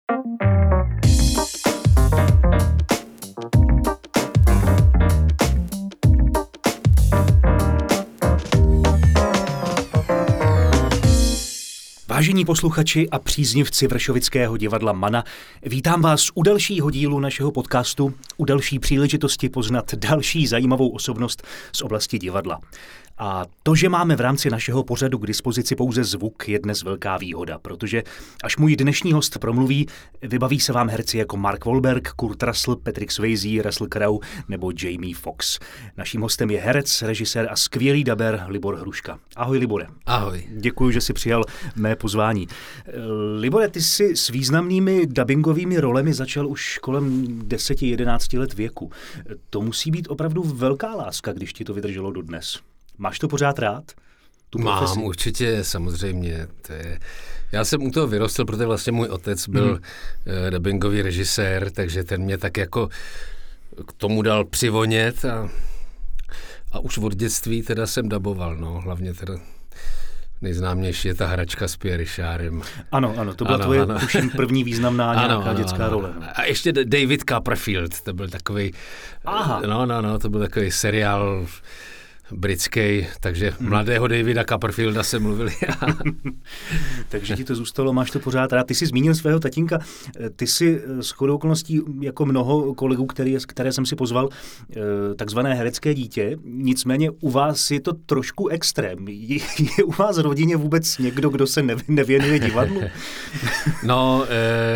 Vážení posluchači a příznivci Vršovického divadla Mana, vítám vás u dalšího dílu našeho podcastu, u další příležitosti poznat další zajímavou osobnost z oblasti divadla. A to, že máme v rámci našeho pořadu k dispozici pouze zvuk, je dnes velká výhoda, protože až můj dnešní host promluví, vybaví se vám herci jako Mark Wahlberg, Kurt Russell, Patrick Swayze, Russell Crowe nebo Jamie Foxx. Naším hostem je herec, režisér a skvělý daber Libor Hruška. Ahoj, Libore. Ahoj. Děkuji, že jsi přijal mé pozvání. Libore, ty jsi s významnými dabingovými rolemi začal už kolem 10-11 let věku. To musí být opravdu velká láska, když ti to vydrželo dodnes. Máš to pořád rád? Mám, určitě, samozřejmě. Já jsem u toho vyrostl, protože vlastně můj otec byl dabingový režisér, takže ten mě tak jako k tomu dal přivonět a už od dětství teda jsem daboval, no, hlavně teda nejznámější je ta hračka s Pierre Richardem. Ano, to byla tvoje tuším první významná nějaká dětská role. No. A ještě David Copperfield, to byl takový, to byl takový seriál britský, takže mladého Davida Copperfielda se mluvili. Takže ti to zůstalo, máš to pořád rád. Ty jsi zmínil svého tatínka, ty jsi shodou okolností jako mnoho kolegů, které jsem si pozval, takzvané herecké dítě, nicméně u vás je to trošku extrém. Je u vás v rodině vůbec někdo, kdo se nevěnuje divadlu? No,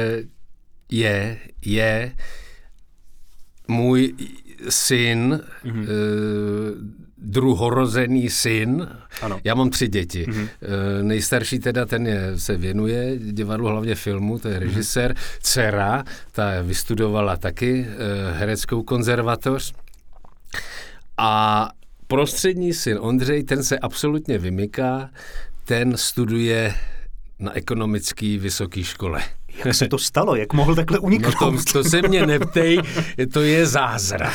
je. Můj syn, druhorozený syn. Ano. Já mám 3 děti. Nejstarší teda, ten se věnuje divadlu, hlavně filmu, to je režisér. Dcera, ta vystudovala taky hereckou konzervatoř. A prostřední syn Ondřej, ten se absolutně vymyká, ten studuje na ekonomické vysoké škole. Jak se to stalo? Jak mohl takhle uniknout? No to se mě neptej, to je zázrak.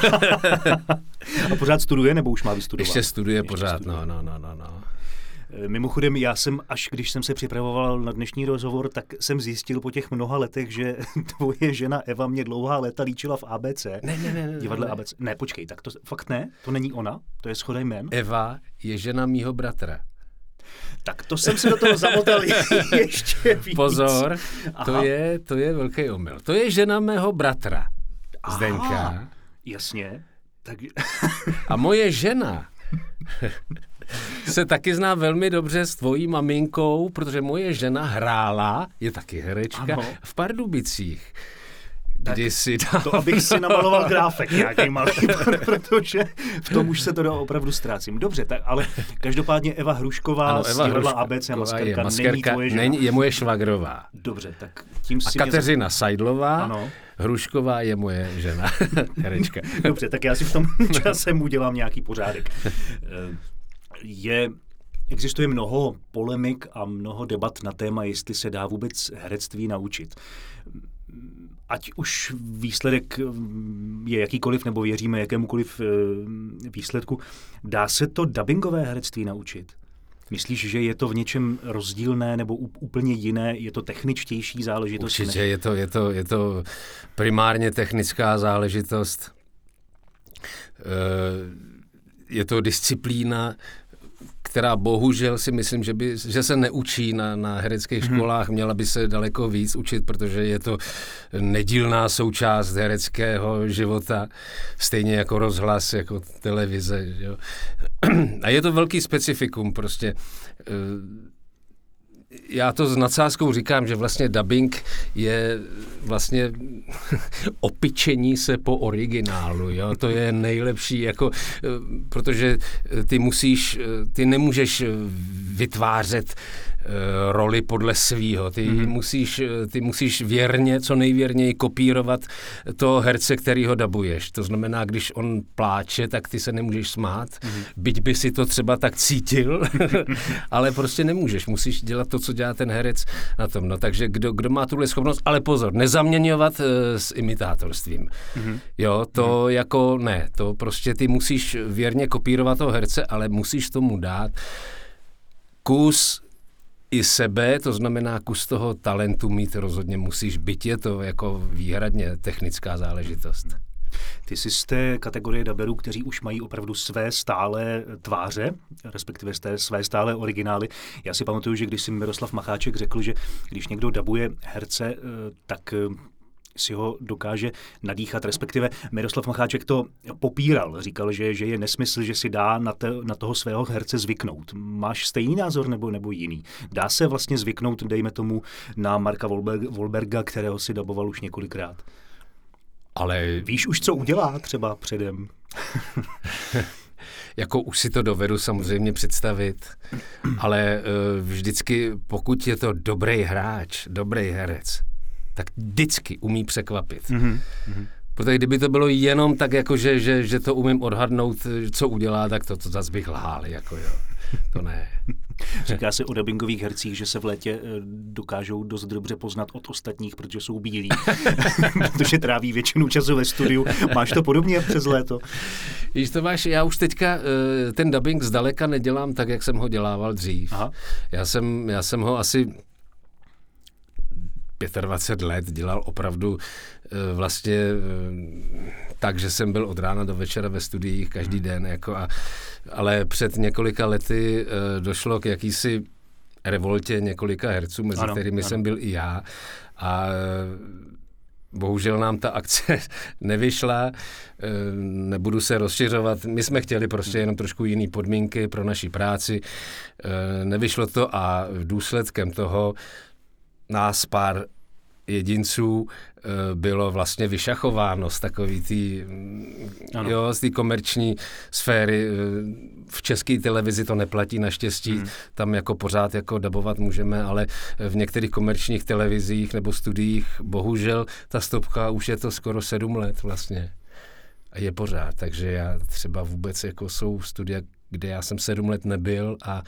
A pořád studuje, nebo už má vystudovat? Ještě studuje pořád, no. Mimochodem, já jsem, až když jsem se připravoval na dnešní rozhovor, tak jsem zjistil po těch mnoha letech, že tvoje žena Eva mě dlouhá léta líčila v ABC. Ne. Divadle ABC. Ne, počkej, tak to fakt ne? To není ona? To je shoda jmen? Eva je žena mýho bratra. Tak to jsem se do toho zamotal ještě víc. Pozor, to je velký omyl. To je žena mého bratra, Zdenka. Jasně. Tak... A moje žena se taky zná velmi dobře s tvojí maminkou, protože moje žena hrála, je taky herečka, v Pardubicích. To abych si namaloval gráfek nějaký malý, protože v tom už se to opravdu ztrácím. Dobře, tak, ale každopádně Eva Hrušková z divadla ABC Maskarka není tvoje žena. Je moje švagrová. Dobře, tak tím si... A Kateřina Seidlová, Hrušková je moje žena, herečka. Dobře, tak já si v tom časem udělám nějaký pořádek. Existuje mnoho polemik a mnoho debat na téma, jestli se dá vůbec herectví naučit. Ať už výsledek je jakýkoliv, nebo věříme jakémukoliv výsledku, dá se to dabingové herectví naučit? Myslíš, že je to v něčem rozdílné nebo úplně jiné? Je to techničtější záležitost? Určitě je to primárně technická záležitost. Je to disciplína, která bohužel si myslím, že se neučí na hereckých školách, měla by se daleko víc učit, protože je to nedílná součást hereckého života, stejně jako rozhlas, jako televize. Jo. A je to velký specifikum prostě. Já to s nadsázkou říkám, že vlastně dubbing je vlastně opičení se po originálu, jo? To je nejlepší, jako, protože ty nemůžeš vytvářet roli podle svýho. Ty musíš věrně, co nejvěrněji kopírovat toho herce, který ho dabuješ. To znamená, když on pláče, tak ty se nemůžeš smát, byť by si to třeba tak cítil, ale prostě nemůžeš. Musíš dělat to, co dělá ten herec na tom. No, takže kdo má tuhle schopnost, ale pozor, nezaměňovat s imitátorstvím. Jo, to jako ne, to prostě ty musíš věrně kopírovat toho herce, ale musíš tomu dát kus i sebe, to znamená kus toho talentu mít rozhodně musíš, byť je to jako výhradně technická záležitost. Ty jsi z té kategorie daberů, kteří už mají opravdu své stálé tváře, respektive své stálé originály. Já si pamatuju, že když si Miroslav Macháček řekl, že když někdo dabuje herce, tak si ho dokáže nadýchat, respektive Miroslav Macháček to popíral. Říkal, že je nesmysl, že si dá na toho svého herce zvyknout. Máš stejný názor nebo jiný? Dá se vlastně zvyknout, dejme tomu, na Marka Wahlberga, kterého si daboval už několikrát? Ale víš už, co udělá třeba předem? Jako už si to dovedu samozřejmě představit, ale vždycky, pokud je to dobrý hráč, dobrý herec, tak vždycky umí překvapit. Mm-hmm. Protože kdyby to bylo jenom tak, jako že to umím odhadnout, co udělá, tak to zase bych lhal. Jako jo. To ne. Říká se o dabingových hercích, že se v létě dokážou dost dobře poznat od ostatních, protože jsou bílí, protože tráví většinu času ve studiu. Máš to podobně přes léto? Víš, to máš, já už teďka ten dabing zdaleka nedělám tak, jak jsem ho dělával dřív. Aha. Já jsem ho asi 25 let dělal opravdu vlastně tak, že jsem byl od rána do večera ve studiích každý den, jako ale před několika lety došlo k jakýsi revoltě několika herců, mezi kterými jsem byl i já, a bohužel nám ta akce nevyšla, nebudu se rozšiřovat, my jsme chtěli prostě jenom trošku jiný podmínky pro naši práci, nevyšlo to a důsledkem toho nás pár jedinců bylo vlastně vyšachováno z takový z té komerční sféry. V české televizi to neplatí naštěstí, tam jako pořád jako dabovat můžeme, ale v některých komerčních televizích nebo studiích bohužel ta stopka už je to skoro 7 let vlastně. A je pořád, takže já třeba vůbec jako jsou studia, kde já jsem 7 let nebyl a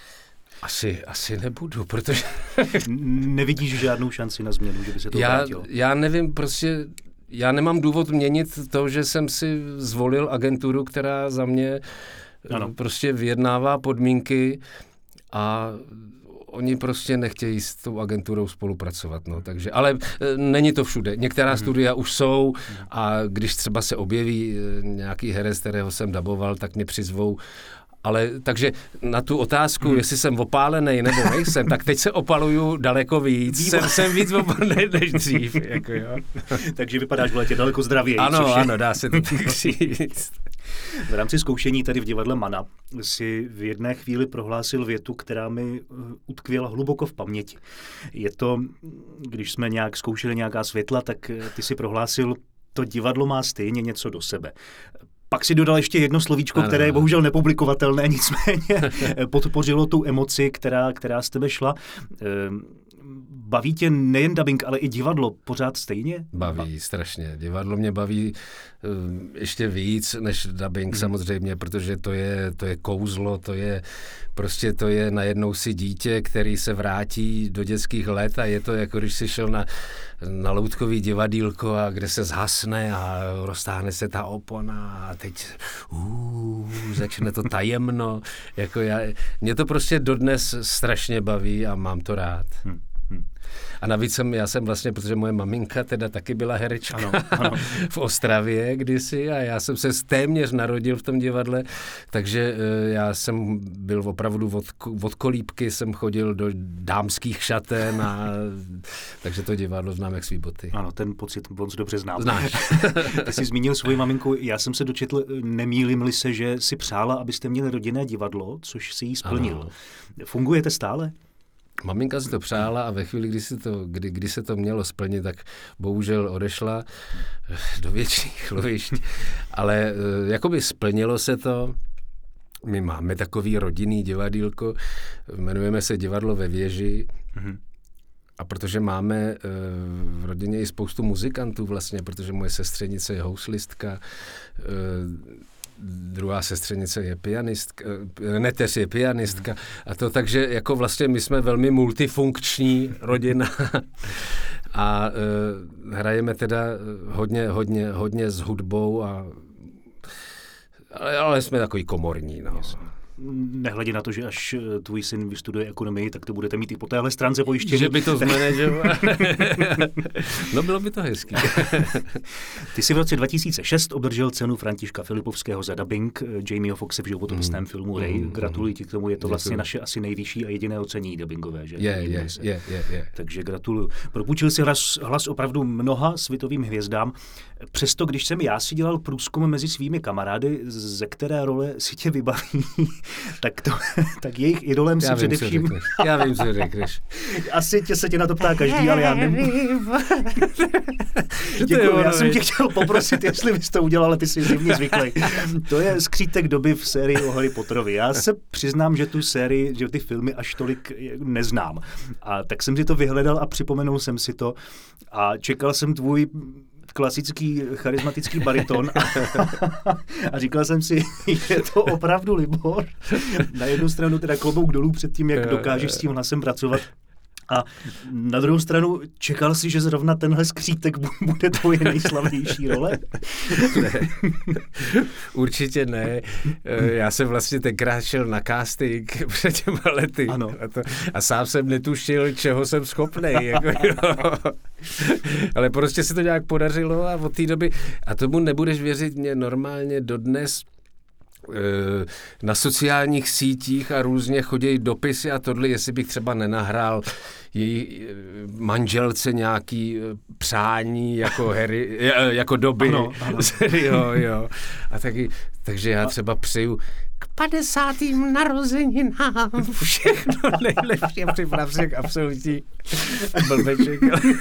asi nebudu, protože... Nevidíš žádnou šanci na změnu, že by se to vrátilo? Já nevím, prostě já nemám důvod měnit to, že jsem si zvolil agenturu, která za mě prostě vyjednává podmínky a oni prostě nechtějí s tou agenturou spolupracovat, no, takže, ale není to všude. Některá studia už jsou a když třeba se objeví nějaký herec, kterého jsem daboval, tak mě přizvou. Ale takže na tu otázku, jestli jsem opálený nebo nejsem, tak teď se opaluju daleko víc. Jsem víc opálený než dřív. Jako jo. Takže vypadáš v létě daleko zdravěji. Ano, dá se to tak říct. V rámci zkoušení tady v divadle Mana si v jedné chvíli prohlásil větu, která mi utkvěla hluboko v paměti. Je to, když jsme nějak zkoušeli nějaká světla, tak ty si prohlásil, to divadlo má stejně něco do sebe. Pak si dodal ještě jedno slovíčko, které je bohužel nepublikovatelné, nicméně podpořilo tu emoci, která z tebe šla. Baví tě nejen dabing, ale i divadlo pořád stejně? Baví, strašně. Divadlo mě baví ještě víc než dabing samozřejmě, protože to je kouzlo, to je najednou si dítě, který se vrátí do dětských let a je to jako když si šel na loutkový divadýlko, a kde se zhasne a roztáhne se ta opona a teď začne to tajemno. Jako mě to prostě dodnes strašně baví a mám to rád. A navíc já jsem vlastně, protože moje maminka teda taky byla herečka v Ostravě kdysi a já jsem se téměř narodil v tom divadle, takže já jsem byl opravdu od kolíbky, jsem chodil do dámských šaten takže to divadlo znám jak svý boty. Ano, ten pocit moc dobře znám. Znáš. Ty jsi zmínil svoji maminku, já jsem se dočetl, nemýlím-li se, že si přála, abyste měli rodinné divadlo, což si jí splnil. Ano. Fungujete stále? Maminka si to přála a ve chvíli, kdy se to mělo splnit, tak bohužel odešla do věčných lovišť. Ale jakoby splnilo se to. My máme takový rodinný divadýlko, jmenujeme se Divadlo ve věži. A protože máme v rodině i spoustu muzikantů vlastně, protože moje sestřenice je houslistka, druhá sestřenice je pianistka, neteř je pianistka a to takže jako vlastně my jsme velmi multifunkční rodina a hrajeme teda hodně s hudbou ale jsme takový komorní. No. nehledě na to, že až tvůj syn vystuduje ekonomii, tak to budete mít i po téhle stránce pojištění. Že by to zmanažoval. No bylo by to hezký. Ty jsi v roce 2006 obdržel cenu Františka Filipovského za dubbing Jamieho Foxe v životopisném filmu Ray. Gratuluji ti k tomu, je to vlastně naše asi nejvyšší a jediné ocenění dubbingové. Že? Je. Takže gratuluju. Propůjčil si hlas opravdu mnoha světovým hvězdám. Přesto, když jsem já si dělal průzkum mezi svými kamarády, ze které role si tě vybaví, tak jejich idolem si především... Já vím, co řekneš. Asi se tě na to ptá každý, ale já nevím. Děkuji, já jsem tě chtěl poprosit, jestli bys to udělal, ale ty jsi zjevně zvyklý. To je skřítek doby v sérii o Harry Potterovi. Já se přiznám, že tu sérii, že ty filmy až tolik neznám. A tak jsem si to vyhledal a připomenul jsem si to a čekal jsem tvůj klasický charismatický bariton a říkal jsem si, je to opravdu Libor. Na jednu stranu teda klobouk dolů před tím, jak dokážeš s tím hlasem pracovat. A na druhou stranu čekal si, že zrovna tenhle skřítek bude tvoje nejslavnější role? Ne. Určitě ne. Já jsem vlastně tenkrát šel na casting před těma lety. Ano. A sám jsem netušil, čeho jsem schopnej. Ale prostě se to nějak podařilo a od té doby, a tomu nebudeš věřit, mě normálně dodnes na sociálních sítích a různě chodí dopisy a tohle, jestli bych třeba nenahrál její manželce nějaký přání jako Harry, jako doby. Ano. Jo. A takže já třeba přeju k 50. narozeninám všechno nejlepší a připrav se k absolutní blbeček.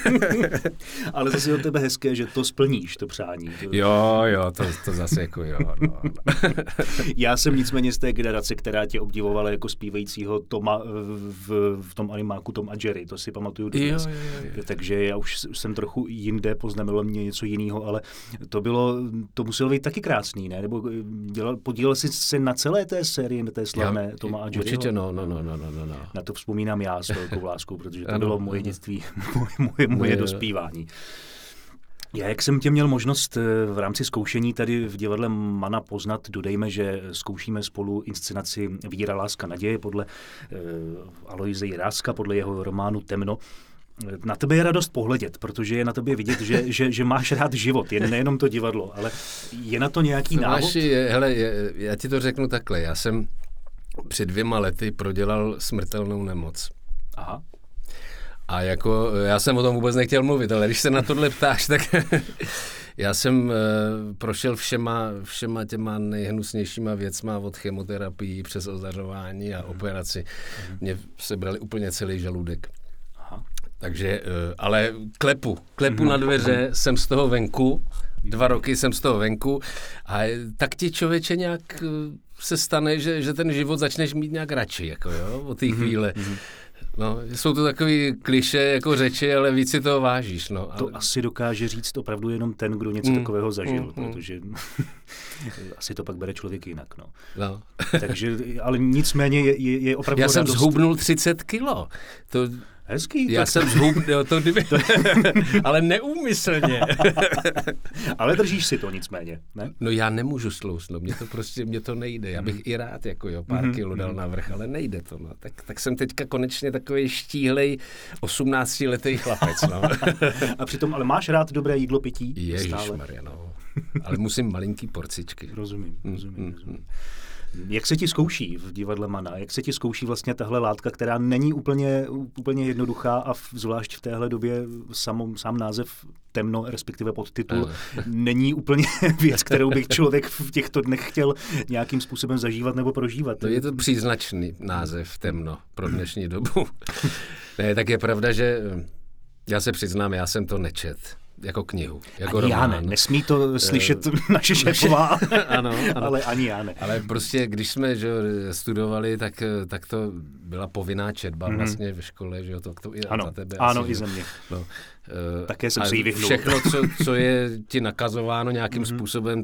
Ale zase je od tebe hezké, že to splníš, to přání. Jo, to zase jako jo. No. Já jsem nicméně z té generace, která tě obdivovala jako zpívajícího Toma v tom animáku Tom a Jerry, to si pamatuju dnes. Jo. Takže já už jsem trochu jinde, poznamenalo mě něco jiného, ale to muselo být taky krásný, ne? Nebo podílel jsi se na celé té sérii, na té slavné Toma a Jerryho? Určitě no. Na to vzpomínám já s velkou láskou, protože to bylo moje dětství, moje dospívání. Já, jak jsem tě měl možnost v rámci zkoušení tady v divadle Mana poznat, dodejme, že zkoušíme spolu inscenaci Víra, láska, naděje podle Aloise Jiráska, podle jeho románu Temno. Na tebe je radost pohledět, protože je na tobě vidět, že máš rád život, jen nejenom to divadlo, ale je na to nějaký návod? Já ti to řeknu takhle, já jsem před 2 lety prodělal smrtelnou nemoc. Aha. A já jsem o tom vůbec nechtěl mluvit, ale když se na tohle ptáš, tak já jsem prošel všema těma nejhnusnějšíma věcma od chemoterapii přes ozařování a operaci. Mě sebrali úplně celý žaludek. Aha. Takže, ale klepu na dveře, jsem z toho venku, 2 roky jsem z toho venku a tak ti člověče nějak se stane, že ten život začneš mít nějak radši, jako jo, od té chvíle. No, jsou to takový klišé jako řeči, ale víc si toho vážíš. No. To asi dokáže říct opravdu jenom ten, kdo něco takového zažil, protože asi to pak bere člověk jinak. No. Takže, ale nicméně je opravdu já radost. Jsem zhubnul 30 kilo. Hezký. Já jsem zhubnul, ale neúmyslně. Ale držíš si to nicméně, ne? No já nemůžu slousnout, mě to nejde. Já bych i rád pár kilo dal navrch, ale nejde to. No. Tak jsem teďka konečně takový štíhlej 18letý chlapec. No. A přitom, ale máš rád dobré jídlo, pití? Ježišmarja, no. Ale musím malinký porcičky. Rozumím. Jak se ti zkouší v divadle Mana? Jak se ti zkouší vlastně tahle látka, která není úplně jednoduchá a zvlášť v téhle době sám název Temno, respektive podtitul, není úplně věc, kterou bych člověk v těchto dnech chtěl nějakým způsobem zažívat nebo prožívat. To je to příznačný název Temno pro dnešní dobu. Ne, tak je pravda, že já se přiznám, já jsem to nečet. Jako knihu, jako ani román. Já ne, nesmí to slyšet naše šéfová, ano. Ale ani já ne. Ale prostě, když jsme studovali, tak to byla povinná četba vlastně ve škole, že jo, to i ano, za tebe. Ano, asi, i za mě. No. Také jsem se jí vyhnul. Všechno, co je ti nakazováno nějakým způsobem,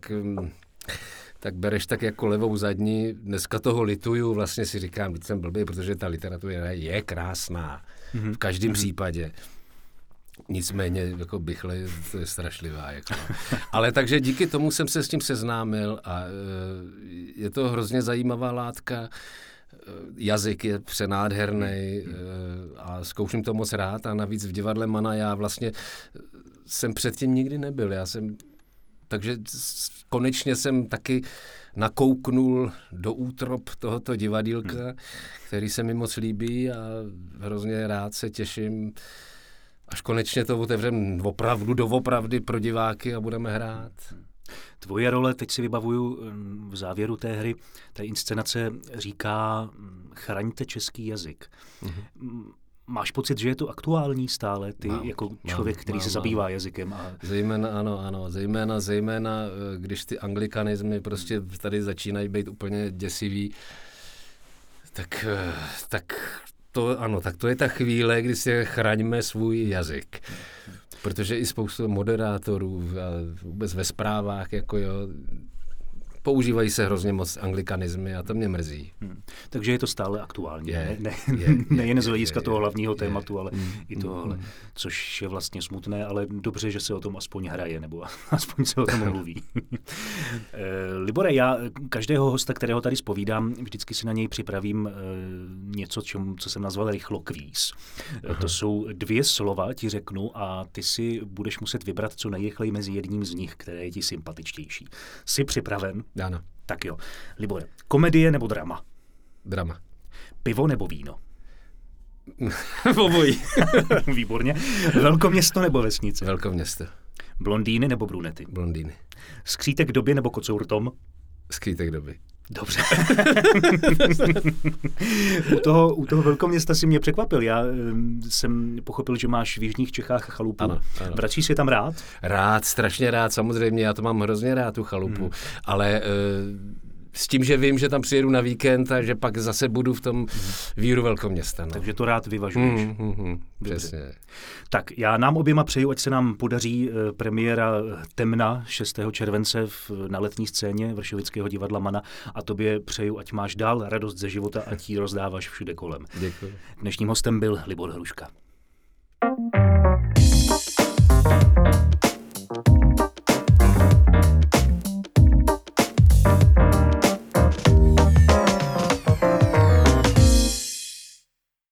tak bereš tak jako levou zadní. Dneska toho lituju, vlastně si říkám, teď jsem blbý, protože ta literatura je krásná v každém případě. Nicméně jako Bychle, to je strašlivá. Jako. Ale takže díky tomu jsem se s tím seznámil a je to hrozně zajímavá látka. Jazyk je přenádherný a zkouším to moc rád a navíc v divadle Mana já vlastně jsem předtím nikdy nebyl. Takže konečně jsem taky nakouknul do útrob tohoto divadýlka, který se mi moc líbí a hrozně rád se těším, až konečně to otevřem opravdu doopravdy pro diváky a budeme hrát. Tvoje role, teď si vybavuju v závěru té hry, té inscenace říká chraňte český jazyk. Máš pocit, že je to aktuální stále, ty jako člověk, který se zabývá jazykem? Zejména, ano, zejména, když ty anglikanizmy prostě tady začínají být úplně děsivý, tak to je ta chvíle, kdy si chraňme svůj jazyk. Protože i spoustu moderátorů a vůbec ve zprávách, používají se hrozně moc anglikanizmy a to mě mrzí. Takže je to stále aktuální, nejen z hlediska toho hlavního tématu, ale i tohle, což je vlastně smutné, ale dobře, že se o tom aspoň hraje, nebo aspoň se o tom mluví. Libore, já každého hosta, kterého tady zpovídám, vždycky si na něj připravím něco, co jsem nazval rychlokvíz. To jsou 2 slova, ti řeknu, a ty si budeš muset vybrat co nejrychleji mezi jedním z nich, které je ti sympatičtější. Jsi připraven? Ano. Tak jo. Libore, komedie nebo drama? Drama. Pivo nebo víno? Obojí. Výborně. Velkoměsto nebo vesnice? Velkoměsto. Blondýny nebo brunety? Blondýny. Skřítek doby nebo kocour Tom? Skřítek doby. Dobře. u toho Velkoměsta si mě překvapil. Já jsem pochopil, že máš v jižních Čechách chalupu. Ano. Vracíš si tam rád? Rád, strašně rád, samozřejmě. Já to mám hrozně rád, tu chalupu. Ale s tím, že vím, že tam přijedu na víkend a že pak zase budu v tom víru Velkoměsta. No. Takže to rád vyvažuješ. Přesně. Tak já nám oběma přeju, ať se nám podaří premiéra Temna 6. července na letní scéně Vršovického divadla Mana a tobě přeju, ať máš dál radost ze života a ať ji rozdáváš všude kolem. Děkuji. Dnešním hostem byl Libor Hruška.